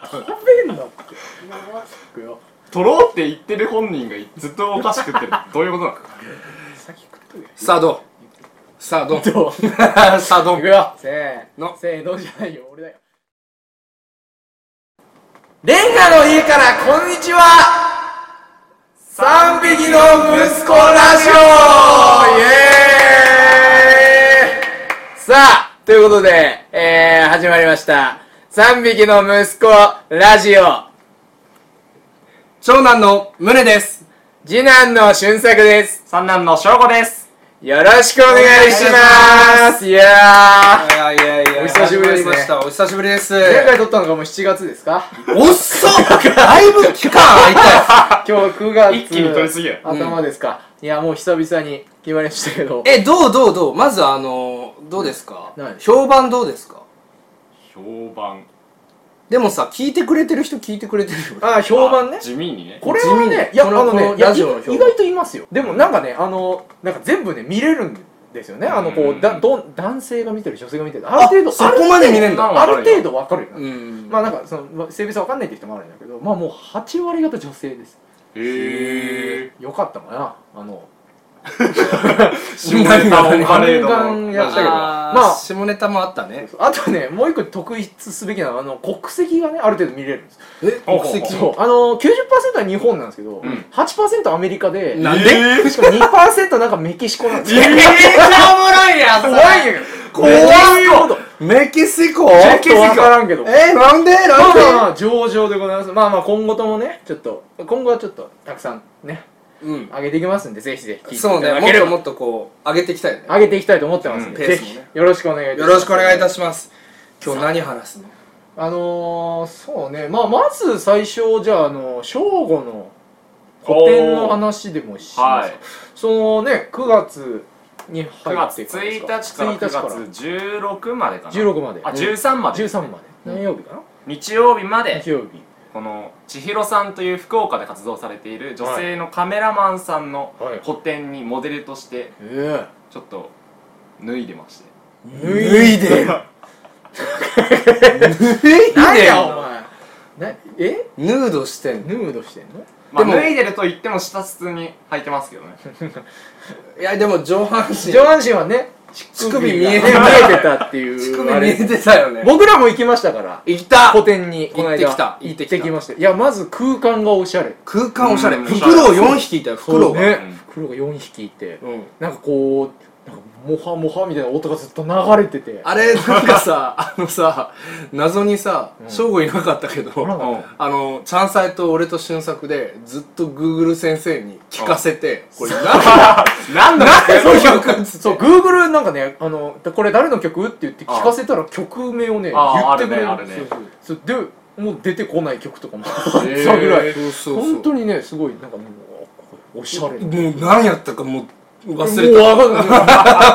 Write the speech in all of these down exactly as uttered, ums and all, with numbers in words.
食べんなって取ろうって言ってる本人がずっとお菓子食ってるどういうことなの？ 先食っとけ。 さあどうさあどうどうさあどういくよ。せーののせーのじゃないよ、俺だよ。レンガの家からこんにちは。三匹の息子ラジオイエーイ。さあということで、えー、始まりました三匹の息子ラジオ。 長男の宗です。 次男の俊作です。 三男の翔吾です。 よろしくお願いします。いやー、 いやいやいやお久しぶりですね。 始まりました。お久しぶりです。 前回撮ったのがもうしちがつですか？ おっそだいぶ期間空いた今日くがつ一気に撮りすぎや。 頭ですか、うん、いやもう久々に決まりましたけど。 え、どうどうどうまずあのどうですか？ 何評判どうですか？ 評判でもさ、聞いてくれてる人聞いてくれてるよ。 ああ、評判ね。 地味にね。 これはね、いや、あのね、いや、意外といますよ。でもなんかね、あの、なんか全部ね、見れるんですよね。あの、こう、だど男性が見てる、女性が見てる。ある程度、 そこまで見れんだ。 ある程度わかるよ。 うん。 まあなんか、その、性別わかんないって人もあるんだけど、まあもうはちわりがた女性です。 へえ。よかったかな、あの、 下ネタオンパレードガンガンやったけど、 まあ下ネタもあったね。 あとね、もう一個特筆すべきなのは、あの国籍がね、ある程度見れるんです。 え、国籍？ そう、あの きゅうじゅっパーセント は日本なんですけど、 うん、 はちパーセント アメリカで、 なんで？ しかも にパーセント なんかメキシコなんですよ。 めっちゃおもろいやん。 怖いんやけど。 怖いよ。メキシコ？ ちょっとわからんけど。 え、なんで？なんで？ まあまあ上々でございます。まあまあ今後ともね、ちょっと今後はちょっとたくさんね。 うん、 上げていきますんで、ぜひぜひそうね、もっともっとこう上げていきたいよね。 上げていきたいと思ってますんで、ぜひよろしくお願いいたします。 よろしくお願いいたします。今日何話すの？ あのー、そうね、まあまず最初じゃあ、あの正午の個展の話でもしますか。はい、そのね、くがつに入ってくがつついたちからくがつじゅうろくまでかな。 じゅうろくまで。 あ、じゅうさんまで。 じゅうさんまで。何曜日かな？ 日曜日まで。 日曜日。 この千尋さんという福岡で活動されている女性のカメラマンさんの個展にモデルとしてちょっと脱いでまして。 脱いで脱いで何やお前なえヌードしてんの？ ヌードしてんの？ まあ脱いでると言っても下普通に履いてますけどね。 いやでも上半身上半身はね、乳首見えてたっていう。 乳首見えてたよね。 僕らも行きましたから。 行った。 個展にこの間行ってきた。 行ってきました。いやまず空間がおしゃれ。 空間おしゃれ。フクロウよんひきいたよ。フクロウが。 フクロウがよんひきいて、なんかこうなんかモハモハみたいな音がずっと流れてて。 あれなんかさ、あのさ、謎にさ、正吾いなかったけど、あのチャンサイと俺と俊作でずっと Google 先生に聞かせて、これなんだそう、Google なんかね、あのこれ誰の曲って言って聞かせたら曲名をね言ってくれる。でもう出てこない曲とかもあったぐらい。本当にねすごいなんかもうおしゃれ。 もう何やったかもう忘れた。もう分かんない。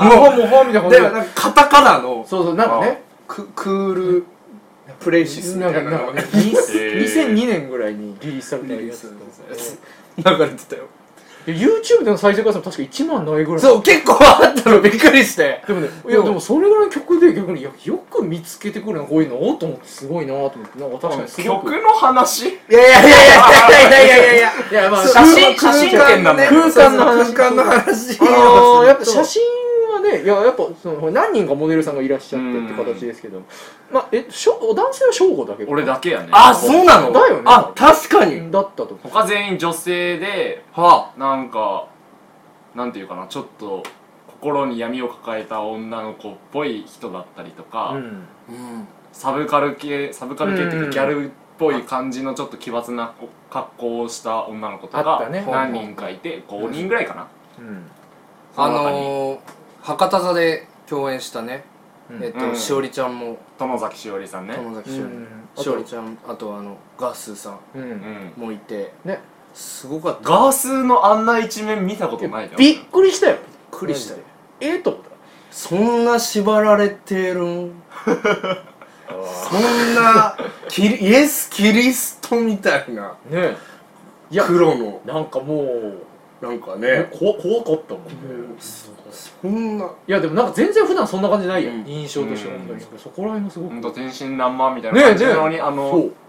もうもうもうみたいな。 でなんかカタカナのそうそうなんかねクールプレイシスみたいなのがねにせんにねんぐらいにリリースされたやつ流れてたよ。 YouTube での再生回数も確かいちまんないぐらい。 そう結構あったのびっくりして。 でもね、いやでもそれぐらいの曲で逆によく見つけてくるなこういうのと思ってすごいなと思って、なんか確かにすごく曲の話？いやいやいやいやいやいやいやいやいやまあ写真写真展なんだよ。 空間の話。 空間の話。 あのやっぱ写真はね、いややっぱその何人かモデルさんがいらっしゃってって形ですけど、まあえしょ男性は正吾だけ。 俺だけやね。 あ、そうなの？ だよね。 あ、確かにだったと。 他全員女性で、 はあ、 なんかなんていうかな、ちょっと心に闇を抱えた女の子っぽい人だったりとか、サブカル系サブカル系っていうかギャルっぽい感じのちょっと奇抜な格好をした女の子とか何人かいて、ごにんぐらいかな。 あの博多座で共演したね、えっとしおりちゃんも、 友崎しおりさんね。 友崎しおりしおりちゃん、あとあのガースーさんもいてね。すごかった。 ガースーのあんな一面見たことないじゃん。 びっくりしたよ。びっくりしたよ。 ええと思った。 そんな縛られてるんそんなキリイエス・キリストみたいなね、 黒のなんかもうなんかね怖かったもんね。 そんな、いやでもなんか全然普段そんな感じないよ、印象としては。本当にそこら辺もすごく天真爛漫みたいな感じなのに、あの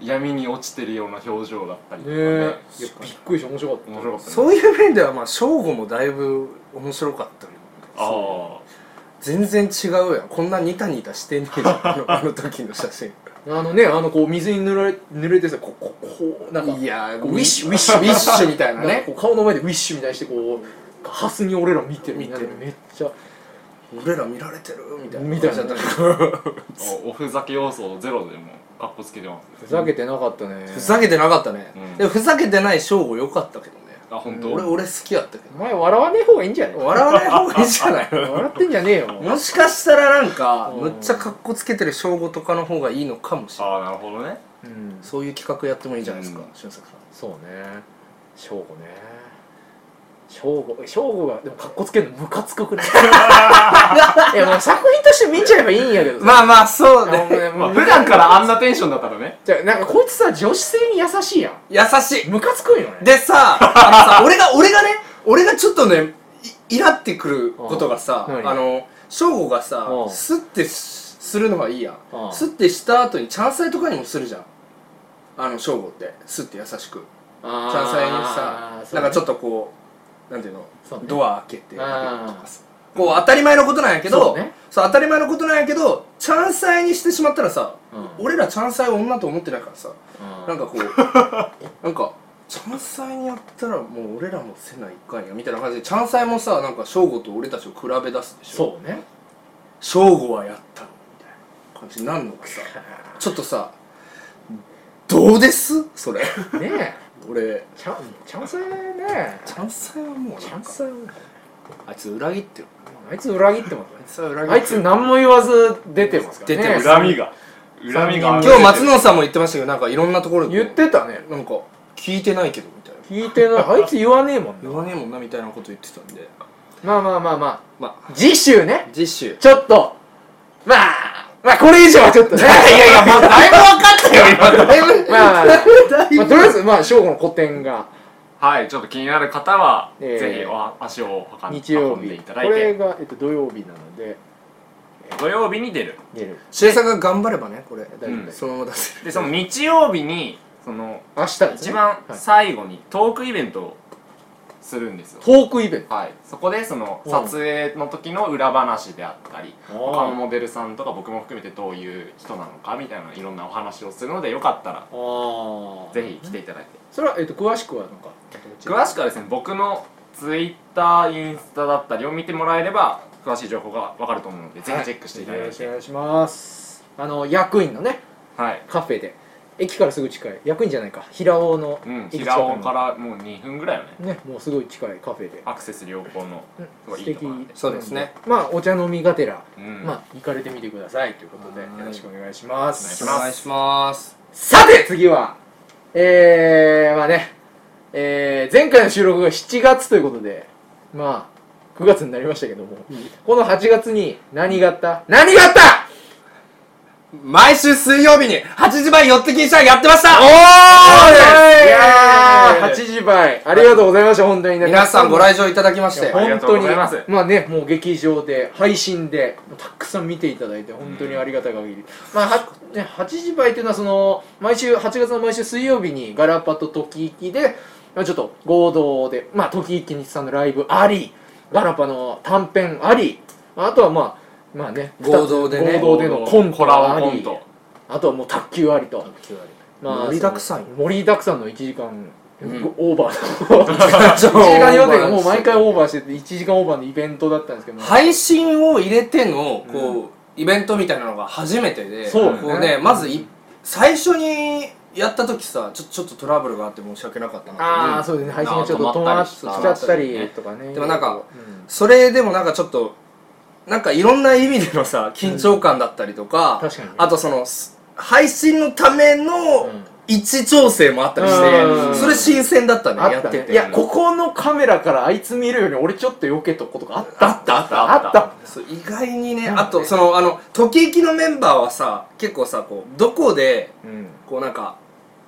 闇に落ちてるような表情だったりとかね、 ね、びっくりした面白かった。 面白かった、ね、 そういう面ではまあ正吾もだいぶ面白かったよ。 ああ全然違うやん、こんなニタニタしてねえじゃんあの時の写真。 あのね、あのこう水に濡れ濡れてさ、こうこうこうなんかいやウィッシュウィッシュウィッシュみたいなね、 こう顔の前でウィッシュみたいにしてこうハスに俺ら見てるみたいな、めっちゃ俺ら見られてるみたいなみたいなおふざけ要素ゼロでもカッコつけてます。 ふざけてなかったね。 ふざけてなかったね、 うん、 でもふざけてない正吾良かったけどね。 あ、本当。 俺俺好きやったけど。 お前笑わねえ方がいいんじゃない？ 笑わない方がいいじゃない笑ってんじゃねえよ。 もしかしたらなんかむっちゃカッコつけてる正吾とかの方がいいのかもしれない。 ああ、なるほどね、 うん、 そういう企画やってもいいじゃないですか、俊作さん。 そうね、正吾ね、正吾正吾がでもカッコつけるのムカつくくない？いやもう作品として見ちゃえばいいんやけどさ。 まあまあそうね、 まあ、普段からあんなテンションだったらね。 じゃあなんかこいつさ女子性に優しいやん。 優しい。 ムカつくんよね。 でさ、あのさ俺が俺がね俺がちょっとねイラってくることがさ、 あああの正吾がさああスッてするのはいいやん。 ああスッてした後にチャンサイとかにもするじゃん、あの正吾ってスッて優しくチャンサイにさ、なんかちょっとこうなんていうの、 そうね、 ドア開けてとああかさ、こう当たり前のことなんやけど、 そうね、 そう当たり前のことなんやけどチャンサイにしてしまったらさ、 うん、 俺らチャンサイを女と思ってないからさ、 うん、 なんかこうなんかチャンサイにやったらもう俺らもせないかんやみたいな感じでチャンサイもさなんか正吾と俺たちを比べ出すでしょ。 そうね、 正吾はやったのみたいな感じになるのがさちょっとさどうですそれねえ俺チャンチャンスね、 チャンサイはもうチャンスあいつ裏切ってる、 あいつ裏切ってますね。 あいつは裏切あいつ何も言わず出てますからね。 出てます恨みが恨みが今日松野さんも言ってましたけどなんかいろんなところで言ってたね。 なんか聞いてないけどみたいな、 聞いてない。あいつ言わねえもんな。 言わねえもんなみたいなこと言ってたんで、 まあまあまあまあまあ次週ね、 次週ちょっとまあまあこれ以上はちょっとね、いやいやまあだいぶ分かったよ今だいぶまあまあ、まあ、 だいぶとりあえずまあ正吾の個展がはい、ちょっと気になる方は、 えーぜひお足を日曜日運んでいただいこれて、 が、えっと、土曜日なので土曜日に出る。 出る周作が頑張ればねこれ大丈夫うんそのまま出せる。 でその日曜日にその明日ですね。 一番はい最後にトークイベントをするんですよ。 トークイベント。 はい、そこでそのうん撮影の時の裏話であったり、 あー他のモデルさんとか僕も含めてどういう人なのかみたいないろんなお話をするのでよかったらああ。 ぜひ来ていただいて、 それはえっと詳しくはなんか詳しくはですね僕のツイッター、インスタだったりを見てもらえれば詳しい情報がわかると思うので、ぜひチェックしていただいて、 よろしくお願いします。あの役員のねはい、 カフェで駅からすぐ近い、役員じゃないか、平尾のうん、 駅近くの平尾からもうにふんぐらいよね。 ね、もうすごい近いカフェでアクセス良好のうんすごいい素敵いところなんで、 そうですね。 まあお茶飲みがてら、 うん、 まあ行かれてみてくださいということでよはいろしくお願いします。 お願いしますお願いします。 さて次はえー、まあね、えー、前回の収録がしちがつということで、まあくがつになりましたけども、このはちがつに何があった何があった毎週水曜日にはちじばい寄ってきんしゃんやってましたおーいイエーイやーはちじばいありがとうございました本当にね。 皆さんご来場いただきましていやありがとうございます。 まあね、もう劇場で配信でたくさん見ていただいて本当にありがたい限り、まあは、ね、はちじばいっていうのはその毎週はちがつの毎週水曜日にガラパとトキイキで、まあ、ちょっと合同で、まあ、トキイキ日産のライブありガラパの短編あり、あとはまあまあね合同でね合同でのコントコラあり、 ボコント、 あとはもう卓球ありと、まあ、 盛りだくさんよ盛りだくさんのいちじかん、 うんオーバーのいちじかん予定がもう毎回オーバーしてていちじかんオーバーのイベントだったんですけど、 配信を入れてのこう、イベントみたいなのが初めてで、 そうねこうねまずい最初にやった時さちょちょっとトラブルがあって申し訳なかったなと思うああそうですね、配信がちょっと止まっちゃったりとかね。 でもなんかうんそれでもなんかちょっとなんかいろんな意味でのさ緊張感だったりとか、 確かにねあとそのす配信のためのうん位置調整もあったりして、 うんそれ新鮮だったねあっやってて。 たねいやここのカメラからあいつ見るより俺ちょっと避けとくことがあったあったあったあったそう意外にね、 なんかねあとそのあの時行きのメンバーはさ結構さこうどこでうんこうなんか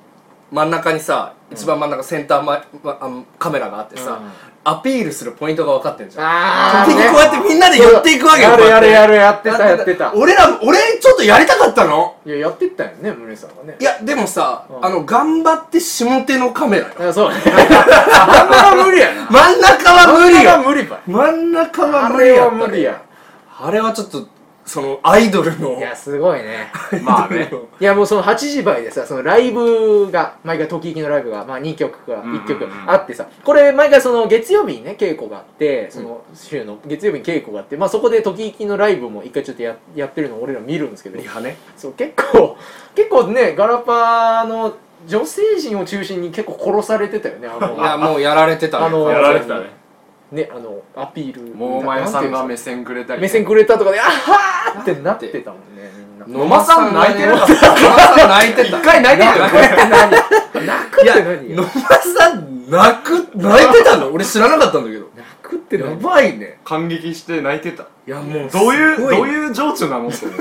真ん中にさ一番真ん中センターマイカメラがあってさ、アピールするポイントが分かってんじゃん。あー、ね、こうやってみんなで寄っていくわけよ。 やるやるやるやってたやってた。 俺ら俺ちょっとやりたかったの。 いややってったよね宗さんがね。 いやでもさ、うん、あの頑張って下手のカメラよ。 そうね。真ん中は無理やな。 真ん中は無理よ。 真ん中は無理ばい。 真ん中は無理やった、ね。 あれは無理や。 あれはちょっとそのアイドルの。 いやすごいね。 まあね。 いやもうそのはちじばいでさ、そのライブが毎回時々のライブがまあにきょくかいっきょくあってさ、これ毎回その月曜日にね稽古があって、その週の月曜日に稽古があって、まあそこで時々のライブも一回ちょっとややってるのを俺ら見るんですけど、 リハね。 そう結構結構ねガラパの女性陣を中心に結構殺されてたよね。あのいやもうやられてたね。 あのやられてたね。 ね、あのアピールもうまやさんが目線くれたり、 目線くれたとかであはーってなってたもんね。 野間さん泣いてなかった。 野間さん泣いてた。 一回泣いてたよ。泣くって何？ 野間さん泣く泣いてたの？俺知らなかったんだけど。 泣くってやばいね。 感激して泣いてた。 いやもうどういうどういう情緒なのって思って。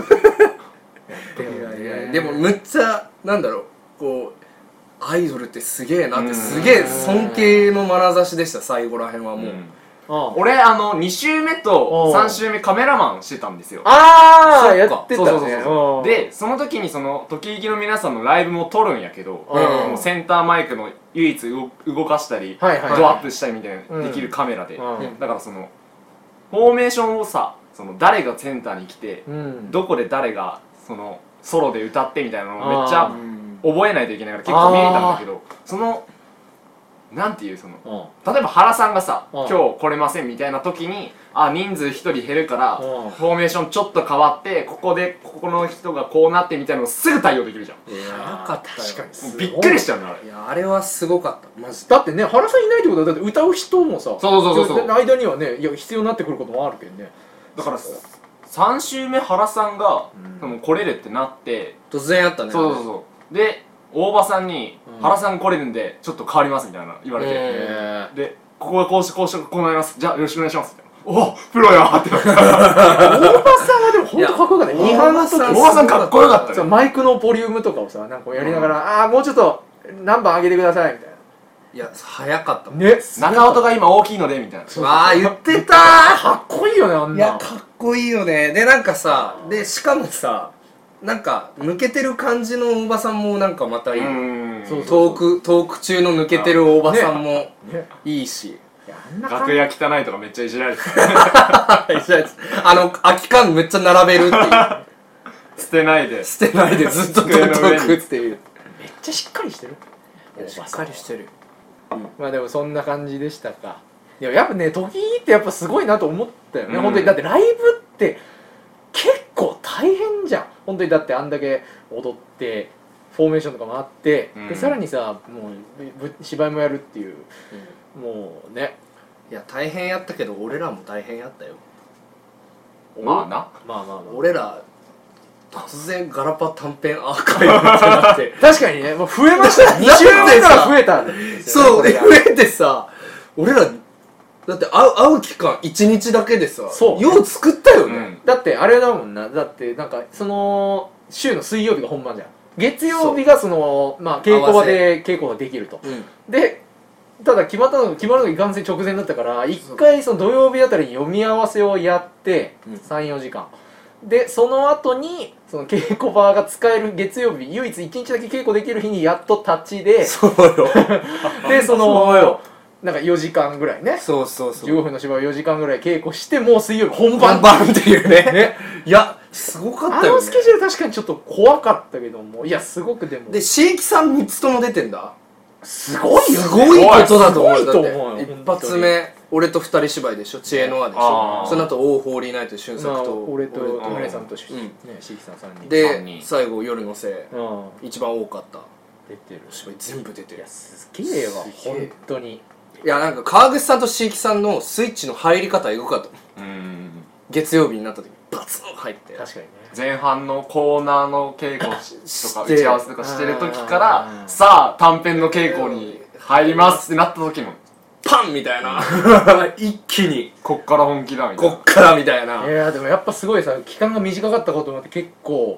でもむっちゃなんだろうこう。アイドルってすげえなってすげえ尊敬の眼差しでした。最後らへんはもう、うん俺あのに週目とさん週目カメラマンしてたんですよ。 ああやってたね。 でその時にその時々の皆さんのライブも撮るんやけど、もうセンターマイクの唯一動かしたりドアップしたりみたいなできるカメラで、だからそのフォーメーションをさ、その誰がセンターに来てどこで誰がそのソロで歌ってみたいなのをめっちゃ覚えないといけないから結構見えたんだけど、そのなんていうその例えば原さんがさ今日来れませんみたいな時にあ人数ひとり減るからフォーメーションちょっと変わってここでここの人がこうなってみたいなのをすぐ対応できるじゃん。 いやよかったよ。 確かにびっくりしちゃうねあれ。 いやあれはすごかったマジで。 だってね原さんいないってことはだって歌う人もさそうそうそうそう間にはねいや必要になってくることもあるけどね。 だからさん週目原さんがその来れるってなって突然やったね。 そうそうそうで大場さんに「原さん来れるんでちょっと変わります」みたいな言われて、で「ここがこうしてこうしてこうなりますじゃあよろしくお願いします」みたいな「おプロや!」って大場さんはでも本当かっこよかったね。 大場さん大場さんかっこよかったね。 マイクのボリュームとかをさなんかやりながら「ああもうちょっと何番上げてください」みたいな。 いや早かったもんね。 中音が今大きいのでみたいな。 ああ言ってたーかっこいいよねあんな。 いやかっこいいよね。でなんかさでしかもさなんか抜けてる感じのおばさんもなんかまたいい。トークトーク中の抜けてるおばさんもいいし、 楽屋汚いとかめっちゃいじられてあの空き缶めっちゃ並べるっていう捨てないで捨てないでずっと取っとくっていう。 めっちゃしっかりしてる。 しっかりしてる。 まあでもそんな感じでしたか。いややっぱね時ってやっぱすごいなと思ったよね、うん、本当に。だってライブって結構大変じゃん本当に。だってあんだけ踊ってフォーメーションとかもあって、うん、でさらにさもう芝居もやるっていう、うん、もうね。 いや大変やったけど俺らも大変やったよ。 まあな。 まあまあまあ俺ら突然ガラパ短編アーカイブってなって確かにねもう増えましたね。に週目から増えたんですよね。 そうで増えてさ俺らだって会う会う期間いちにちだけでさそうよう作ったよね、うん、 だってあれだもんな。だってなんかその週の水曜日が本番じゃん。月曜日がそのまあ稽古場で稽古ができると、うん、でただ決まったの決まるのがいかんせん直前だったから一回その土曜日あたりに読み合わせをやってさんよじかんでその後にその稽古場が使える月曜日唯一いちにちだけ稽古できる日にやっと立ちでそうよでそのなんかよじかんぐらいねそうそうそうじゅうごふんの芝居をよじかんぐらい稽古してもう水曜日本番本番っていうねねいやすごかったよね。 あのスケジュール確かにちょっと怖かったけどもいやすごくでもで椎木さんみっつとも出てんだ。 すごいよね。 すごいことだと思う。 すごいと思うよ。 一発目俺と二人芝居でしょ知恵の輪でしょ。その後オーホーリーナイト俊作と俺と宗さんと椎木さんさんにんで最後夜のせい一番多かった出てる芝居全部出てる。 いやすげえわ本当に。 いやなんか川口さんと椎木さんのスイッチの入り方エグかった。月曜日になった時バツン入って確かにね前半のコーナーの稽古とか打ち合わせとかしてる時からさあ短編の稽古に入りますってなった時もパンみたいな一気にこっから本気だみたいなこっからみたいな。 いやでもやっぱすごいさ期間が短かったこともあって結構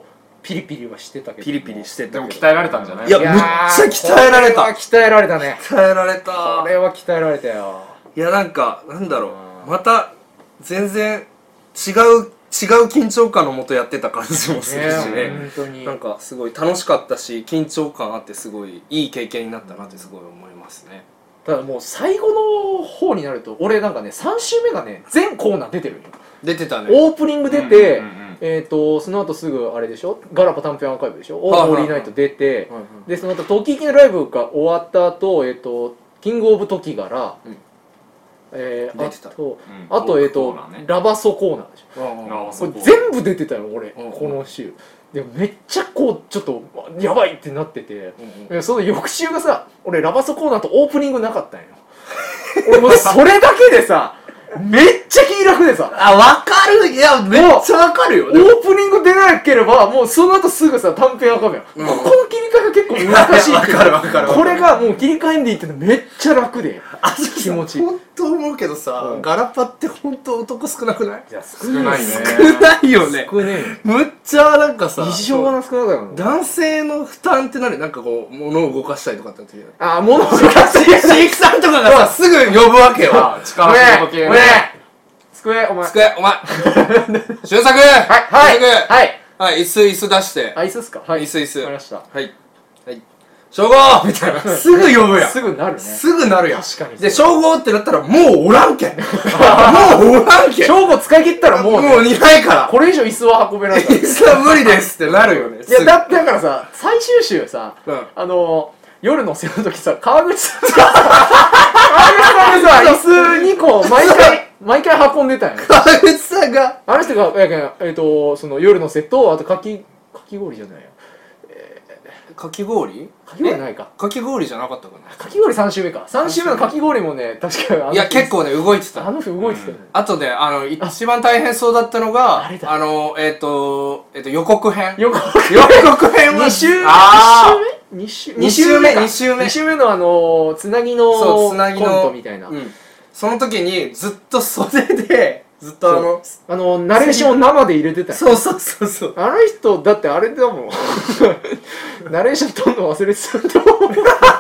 ピリピリはしてたけどピリピリしてたけどでも鍛えられたんじゃない？ いやむっちゃ鍛えられた。 これは鍛えられたね。 鍛えられた。 これは鍛えられたよ。 いやなんかなんだろう、また全然違う違う緊張感のもとやってた感じもするしね。 本当になんかすごい楽しかったし緊張感あってすごいいい経験になったなってすごい思いますね。 ただもう最後の方になると俺なんかねさん週目がね全コーナー出てるよ。 出てたね。 オープニング出て、 うんうんうん、 えーとその後すぐあれでしょ、ガラパ短編アーカイブでしょ、オードリーナイト出て、はいはいはい、でその後トキキのライブが終わった後、えーとキングオブトキガラ、うん、えー、あと、うん、あとえーと、ね、ラバソコーナーでしょ、これ全部出てたよ俺、うん、この週でめっちゃこうちょっとやばいってなってて、うんうん、その翌週がさ俺ラバソコーナーとオープニングなかったんよ俺もうそれだけでさめっちゃ気楽でさあ、わかる。いや、めっちゃわかるよ。 オープニング出なければもうその後すぐさ短編アカメラ、うん、ここの切り替えが結構難しい。 わかるわかる。 これがもう切り替えんでいいってのめっちゃ楽で気持ちいい。 本当思うけどさ、うん、ガラパって本当男少なくない？ いや少ないね。 少ないよね。 少ねえ。 むっちゃなんかさ異常な少なかった。 男性の負担って何？なんかこう物を動かしたりとかって時あ、物を動かしたり。 シークさんとかがさすぐ呼ぶわけよ。 力仕事系ね。 机、お前。 机、お前。俊作。 はい、はい、はい。 はい、椅子、椅子出して。 あ、椅子っすか？はい。 椅子、椅子。 わかりました。 はい。はい。称号みたいな。すぐ呼ぶやん。 すぐなるね。 すぐなるやん。 確かに。 で、称号ってなったらもうおらんけん。もうおらんけん。 称号使い切ったらもう。 もうにないから。 これ以上椅子は運べないから。 椅子は無理ですってなるよね。 いや、だ、だからさ、最終週さ、あの、夜のせの時さ、川口さんがさ、川口さんがさ、椅子にこう、毎回、毎回運んでたんや。 川口さんがあの人が、えっと、その夜の瀬と、あとかき、かき氷じゃないよ。 かき氷？ かき氷ないか。 かき氷じゃなかったかな。 かき氷さん週目か。さん週目のかき氷もね、確かに。いや、結構ね、動いてた。 あの人動いてたよね。 あとで、あの、一番大変そうだったのが、あの、えっと、えっと、予告編。 予告編。予告編はに週、 あーに週目 ?に週目。に週目。 に週目のあの、つなぎのコントみたいな。 その時に、ずっと袖で、ずっとあの、 あの、ナレーションを生で入れてたよ。 そうそうそうそう。 あの人、だってあれだもん。ナレーションとんの忘れてたんだもん。とんの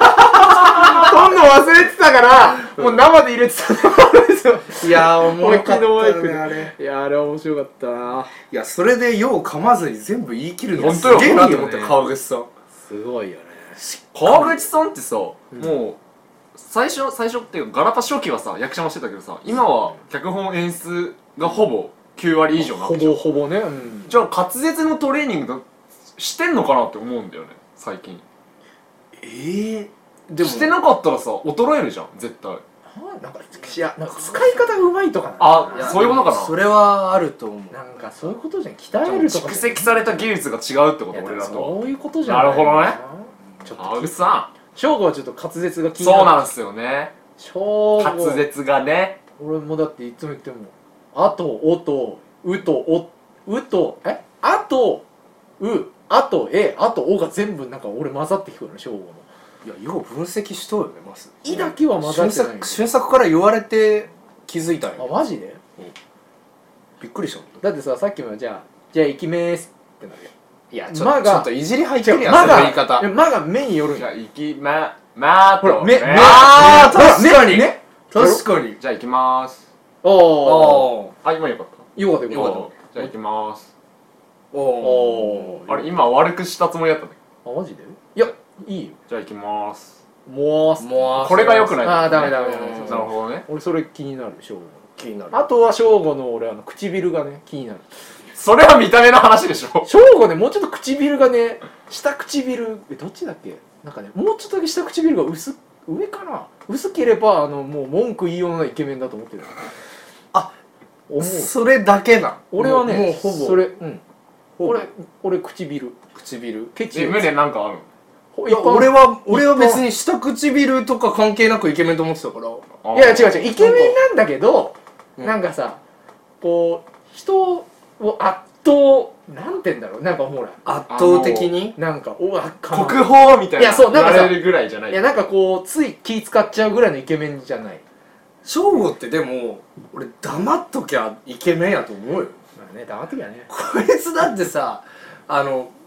忘れてたから、もう生で入れてたんですよ。 いやー、面白かったね、 あれ。いやー、あれ面白かったな。 いや、それでよう噛まずに全部言い切るの本当よ。 すげえなって思ったよ、川口さん。 すごいよね。 川口さんってさ、もう、最初、最初っていうか、ガラパ初期はさ、役者もしてたけどさ、今は脚本演出がほぼきゅう割以上なわけじゃん。 ほぼほぼね。うん、 じゃあ滑舌のトレーニングしてんのかなって思うんだよね、最近。 ええー、 でもしてなかったらさ、衰えるじゃん、絶対。 なんか、いや、なんか使い方がうまいとかな。 あ、そういうことかな。 それはあると思う。 なんかそういうことじゃん。鍛えるとか。 蓄積された技術が違うってこと、俺らと。 そういうことじゃん。 なるほどね。ちょっと川口さん。 翔吾はちょっと滑舌が気になる。 そうなんすよね。 翔吾滑舌がね。 俺もだっていつも言ってもあとおとうとおうとえあとうあとえあとおが全部なんか俺混ざって聞こえるの翔吾の。 いや、よう分析しとるよね、まず。 いだけは混ざってない。 俊作から言われて気づいたよ。 あ、マジで？ びっくりした。 だってさ、さっきもじゃあじゃあ行きめーすってなるよ。 いや、ちょっといじり入ってるやん、 その言い方。 まが目によるんじゃあ行きままーと。 目、目、 あー、確かにね。確かに。 じゃあ行きまーす。 おー。 あ、今よかった。 よかったよかった。 じゃあ行きまーす。 おー。 あれ、今悪くしたつもりだったんだけど。あ、マジで？いや、いいよ。 じゃあ行きまーす。 もーす。 もーす。 これが良くない。 あー、ダメダメダメ。 なるほどね。 俺それ気になる、翔吾の。 気になる。 あとは翔吾の俺あの唇がね、気になる。 それは見た目の話でしょ。 翔吾ね、もうちょっと唇がね、下唇、え、どっちだっけ？なんかね、もうちょっとだけ下唇が薄、上かな？薄ければ、あの、もう文句言いようのないイケメンだと思ってる。 あ、思う。それだけな。 俺はね、 もうほぼ。 それ、うん。俺、俺唇。 唇。 ケチ。 え、胸なんかあるの？いや、俺は、俺は別に下唇とか関係なくイケメンと思ってたから。 いや、違う違う、イケメンなんだけど、なんかさ、こう、人を圧倒、なんて言うんだろう、なんかほら圧倒的になんかおわ国宝みたいな。 いや、そう、なんかさ、 るぐらいじゃない。 いや、なんかこうつい気使っちゃうぐらいのイケメンじゃない。 翔吾ってでも俺黙っときゃイケメンやと思うよ。 まあね、黙っときゃね。 こいつだってさ、あの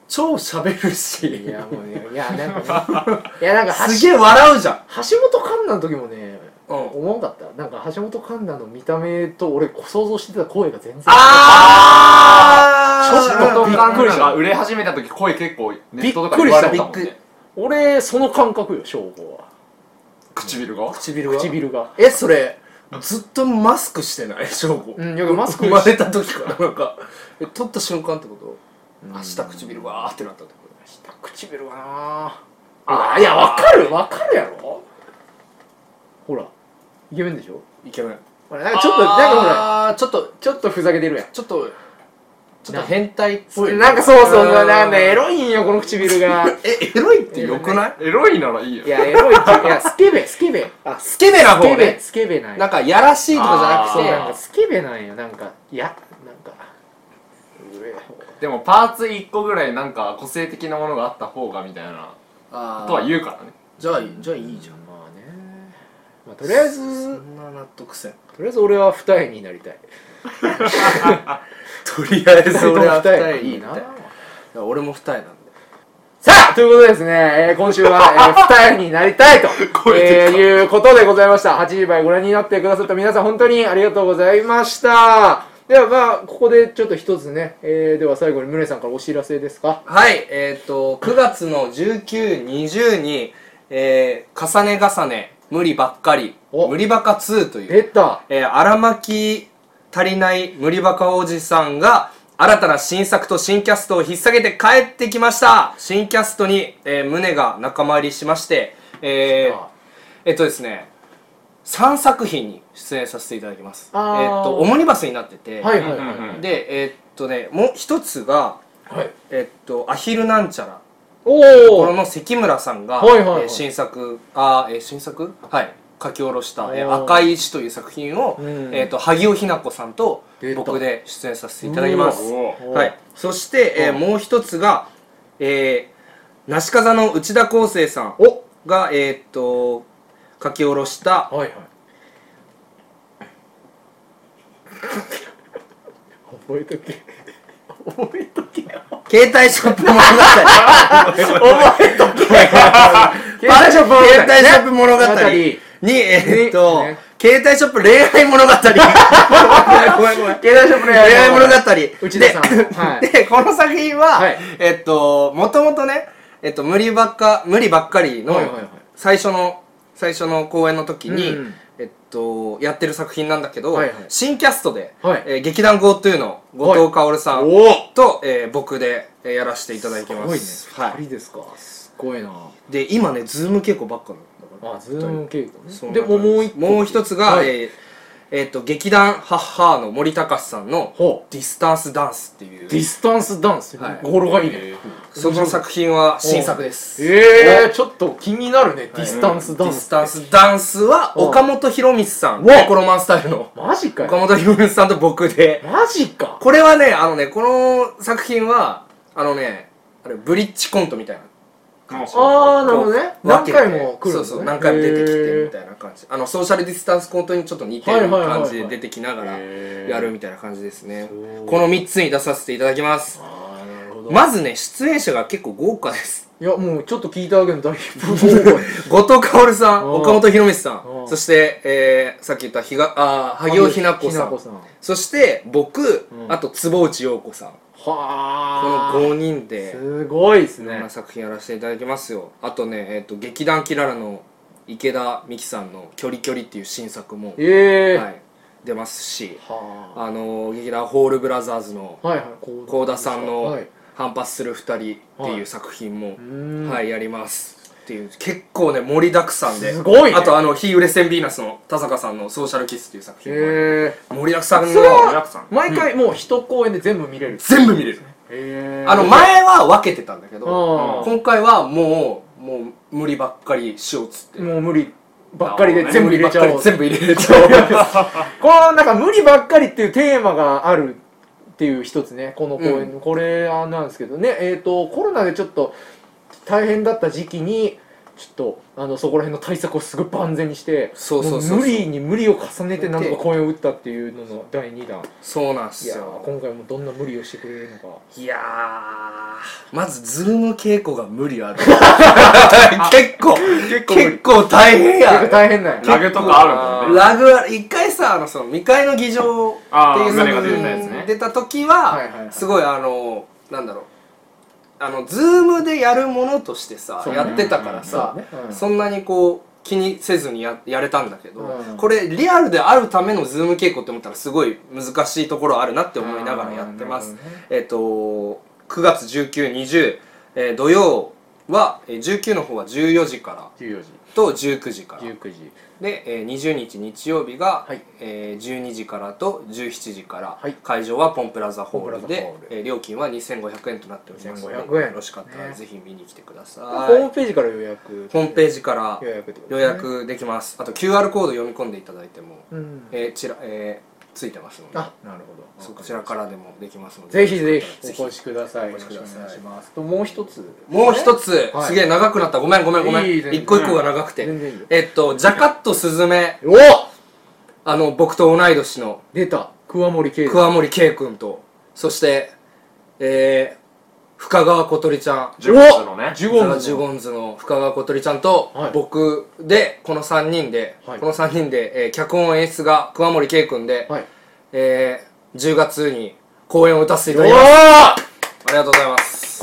超喋るし、 いやもうね、いやなんかねいやなんかすげえ笑うじゃん。 橋本環奈の時もね、うん、思わんかった。なんか橋本環奈の見た目と俺想像してた声が全然ああー、橋本環奈が売れ始めた時声結構ネットとか言われたもんね。 俺その感覚よ、翔吾は。 唇が唇が唇がえ、それずっとマスクしてない翔吾。 うん、いやマスク生まれた時からなんかえ、取った瞬間ってこと？あ、下唇わーってなったってこと？ 下唇がなあ。いや、わかるわかるやろ。ほらイケメンでしょ。 イケメン。 ほらなんかちょっとなんかほらあー、ちょっとちょっとふざけてるやん。 ちょっとちょっと変態っぽい。 なんかそうそう、なんかエロいんよこの唇が。 え、エロいってよくない？ エロいならいいよ。 いやエロいっていういやスケベスケベ。 あ、スケベな方ね。 スケベなんなんかやらしいとかじゃなくそうて、 なんかスケベなんよ。なんかいやなんかでもパーツいっこぐらいなんか個性的なものがあった方がみたいなとは言うからね。 じゃあじゃあいいじゃん。 まあね、まあ、とりあえずそんな納得せん。 とりあえず俺は二重になりたい。 とりあえず俺は二重いいな。 俺も二重なんで。 さあということでですね、えー、今週は、えー、二重になりたいと、えー、いうことでございました。はちじばいご覧になってくださった皆さん本当にありがとうございました。ではまあここでちょっと一つね、えー、では最後に宗さんからお知らせですか。 はい、えっ、ー、とくがつのじゅうく、にじゅうに、えー、重ね重ね無理ばっかり無理バカツーという出た、 えー、荒牧足りない無理バカおじさんが新たな新作と新キャストを引っ提げて帰ってきました。新キャストに、えー、宗が仲間入りしまして、えー、えっとですねさんさく品に出演させていただきます。えー、っとオモニバスになってて、 はいはいはい、 でえー、っとねもう一つが、はい、えー、っとアヒルなんちゃらおころの関村さんが、はいはいはい、えー、新作あ、えー、新作はい書き下ろした「えー、赤い石」という作品を、うん、えー、と萩尾ひな子さんと僕で出演させていただきます。はい、そして、えー、もう一つが、えー、梨風の内田康生さんが、えー、と書き下ろした、はいはい、 覚えとけ覚えとけよ携帯ショップ物語覚えとけ携帯ショップ携帯ショップ物語に、えー、っと、ね、携帯ショップ恋愛物語ごめんごめんごめん携帯ショップ恋愛物語内田さん、 はい、でこの作品は、はい、えー、っともともとね、えー、っと無理ばっか無理ばっかりの最初の最初の公演の時に、うん、えっとやってる作品なんだけど、はいはい、新キャストで、はい、えー、劇団 ゴートゥー の後藤薫さんと、えー、僕で、えー、やらせていただきます。 すごいね、ふたりですか。すごいな。 で今ねズーム稽古ばっかなの。 あ、ズーム稽古ね。 でももう一もう一つが、はい、えーえー、と劇団ハッハーの森隆さんのディスタンスダンスっていうディスタンスダンス、はい、語呂がいいね。 その作品は新作です。 ええー、ちょっと気になるね、ディスタンスダンス。 ディスタンスダンスは岡本博光さん、ネコロマンスタイルのマジかよ。 岡本博光さんと僕でマジか。 これはね、あのね、この作品はあのね、あれブリッジコントみたいな。 ああ、なるほどね。何回も来る、ね、 そうそう、何回も出てきてみたいな感じ。あのソーシャルディスタンスコントにちょっと似てる感じで出てきながらやるみたいな感じですね。このみっつに出させていただきます。あ、なるほど。まずね、出演者が結構豪華です。 いや、もうちょっと聞いただけの大豪華。後藤薫さん、岡本博光さん、そして、えー、さっき言ったひがあ萩尾ひな子さん、そして僕、あと坪内陽子さん。はあ、このごにんですごいですね。 いろんな作品やらせていただきますよ。あとね、えー、と劇団キララの池田美紀さんの「距離距離」っていう新作も、えーはい、出ますし、はあ、あの劇団ホールブラザーズの幸田さんの「反発するふたり」っていう作品も、はいはい、やりますっていう、結構ね盛りだくさんで、 すごいね。 あとあの「非売れ線ヴィーナス」の田坂さんの「ソーシャルキス」っていう作品も盛りだくさんの。 それは毎回もう一公演で全部見れる。 全部見れる。あの前は分けてたんだけど、今回はもうもう無理ばっかりしようっつって、 もう無理ばっかりで全部入れちゃおう。 全部入れちゃおう。 このなんか無理ばっかりっていうテーマがあるっていう一つね、この公演、うん、これなんですけどね、えっとコロナでちょっと大変だった時期にちょっとあのそこら辺の対策をすごい万全にして、 そうそうそう、 無理に無理を重ねてなんとか公演を打ったっていうののだいにだん。 そうなんすよ。 いや今回もどんな無理をしてくれるのか。 いやーまずズーム稽古が無理ある結構結構結構大変や。 結構大変だよ。 ラグとかあるもんね。 ラグは一回さ、あのその未開の議場っていう作品出た時はすごいあのなんだろう、あのズームでやるものとしてさ、ね、やってたからさ、ねうん、そんなにこう気にせずに や, やれたんだけど、うん、これリアルであるためのズーム稽古って思ったらすごい難しいところあるなって思いながらやってます。ね、えっ、ー、とくがつじゅうく、にじゅう、えー、土曜はじゅうくの方はじゅうよじからじゅうよじとじゅうくじからじゅうくじで、えー、にじゅうにち日曜日が、はいえー、じゅうにじからとじゅうしちじから、はい、会場はポンプラザホールで、えー、料金はにせんごひゃくえんとなっておりますので、よろしかったらぜひ見に来てください。 ホームページから予約ホームページから予約、ね、予約できます。あと キューアール コード読み込んでいただいても、うんえーちらえーついてますので、 あ、なるほど。 そちらからでもできますので、 ぜひぜひお越しください。お越しください。お願いします。ともう一つ、 もう一つ、すげえ長くなった。ごめんごめんごめん。一個一個が長くて、えっとジャカットスズメ、 お、 あの僕と同い年の出た桑森圭桑森圭君と、そしてえー深川小鳥ちゃん、 ジュゴンズのね、 ジュゴンズの深川小鳥ちゃんと僕でこのさんにんで、このさんにんで、えー、脚本演出が桑森圭君で、はいえー、じゅうがつに公演を打たせていただきます。ありがとうございます。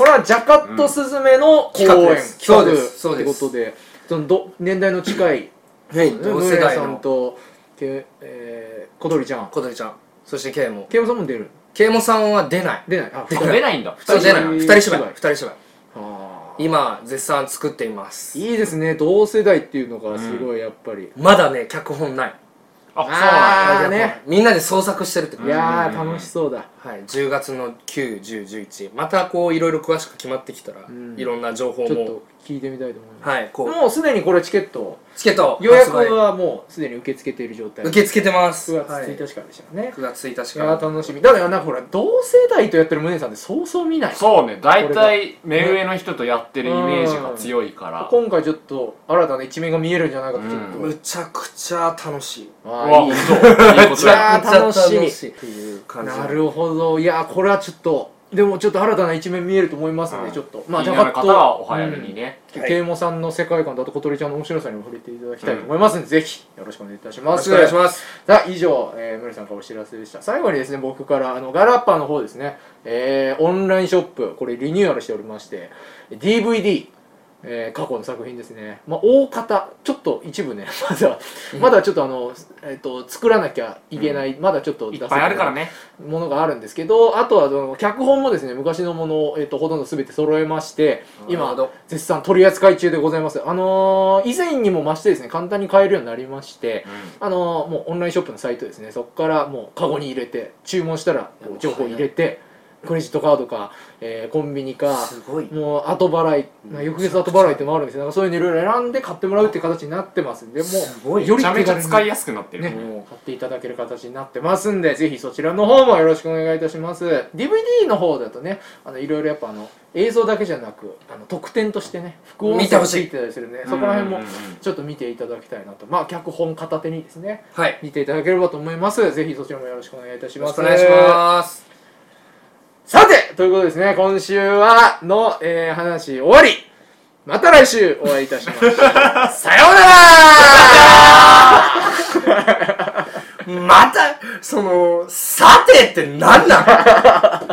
これはジャカットスズメの公演、うん、 そうですそうです。 ということで、そのど年代の近い、 はい、同世代のさんと、えー、小鳥ちゃん、 小鳥ちゃん、そしてケイモ、 ケイモさんも出る。 ケイモさんは出ない。 出ない。あ、 出ないんだ。 そう出ない。二人芝居。二人芝居。今絶賛作っています。 いいですね。同世代っていうのがすごいやっぱり。 まだね脚本ない。 あ、そうなんだね。みんなで創作してるって。 いやー楽しそうだ。 はい。じゅうがつのく、じゅう、じゅういち。またこういろいろ詳しく決まってきたらいろんな情報もちょっと聞いてみたいと思います。 はい。 こうもうすでにこれチケット。 チケット予約はもうすでに受け付けている状態。 受け付けてます。 くがつついたちからでしたね。 くがつついたちから。 いや楽しみ。だからなんかほら同世代とやってる宗さんってそうそう見ない。 そうね。大体目上の人とやってるイメージが強いから。 今回ちょっと新たな一面が見えるんじゃないかとちょっと。 むちゃくちゃ楽しい。 ああいいこと。いや楽しみっていう感じ。なるほど。いやこれはちょっと。でもちょっと新たな一面見えると思いますので、ちょっとまあジャカットはお早めにね、 ケイモさんの世界観とあと小鳥ちゃんの面白さにも触れていただきたいと思いますので、ぜひよろしくお願いいたします。 よろしくお願いします。 さあ以上、えー、村さんからお知らせでした。最後にですね僕からあのガラッパーの方ですね、えー、オンラインショップこれリニューアルしておりまして ディーブイディーえー、過去の作品ですね、まあ、大方ちょっと一部ねまだまだちょっとあの、えー、と作らなきゃいけない、うん、まだちょっと出せないものがあるんですけど、あとはその脚本もですね昔のものを、えー、とほとんど全て揃えまして今絶賛取り扱い中でございます。あのー、以前にも増してですね簡単に買えるようになりまして、うん、あのー、もうオンラインショップのサイトですねそこからもうカゴに入れて注文したら情報入れてクレジットカードか、えー、コンビニかもう後払い、まあ、翌月後払いってもあるんですよ。なんかそういうのいろいろ選んで買ってもらうっていう形になってますんで、もうよりめちゃめちゃ使いやすくなってるね、もう買っていただける形になってますんで、ぜひそちらの方もよろしくお願いいたします。 ディーブイディー の方だとねあのいろいろやっぱあの映像だけじゃなくあの特典としてね副音声がついてたりするんで、そこら辺もちょっと見ていただきたいなと、まあ脚本片手にですね、はい、見ていただければと思います。ぜひそちらもよろしくお願いいたします。 よろしくお願いします。 さてということですね、今週はの、えー、話終わり。また来週お会いいたしましょう。さようなら。 またそのさてって何なの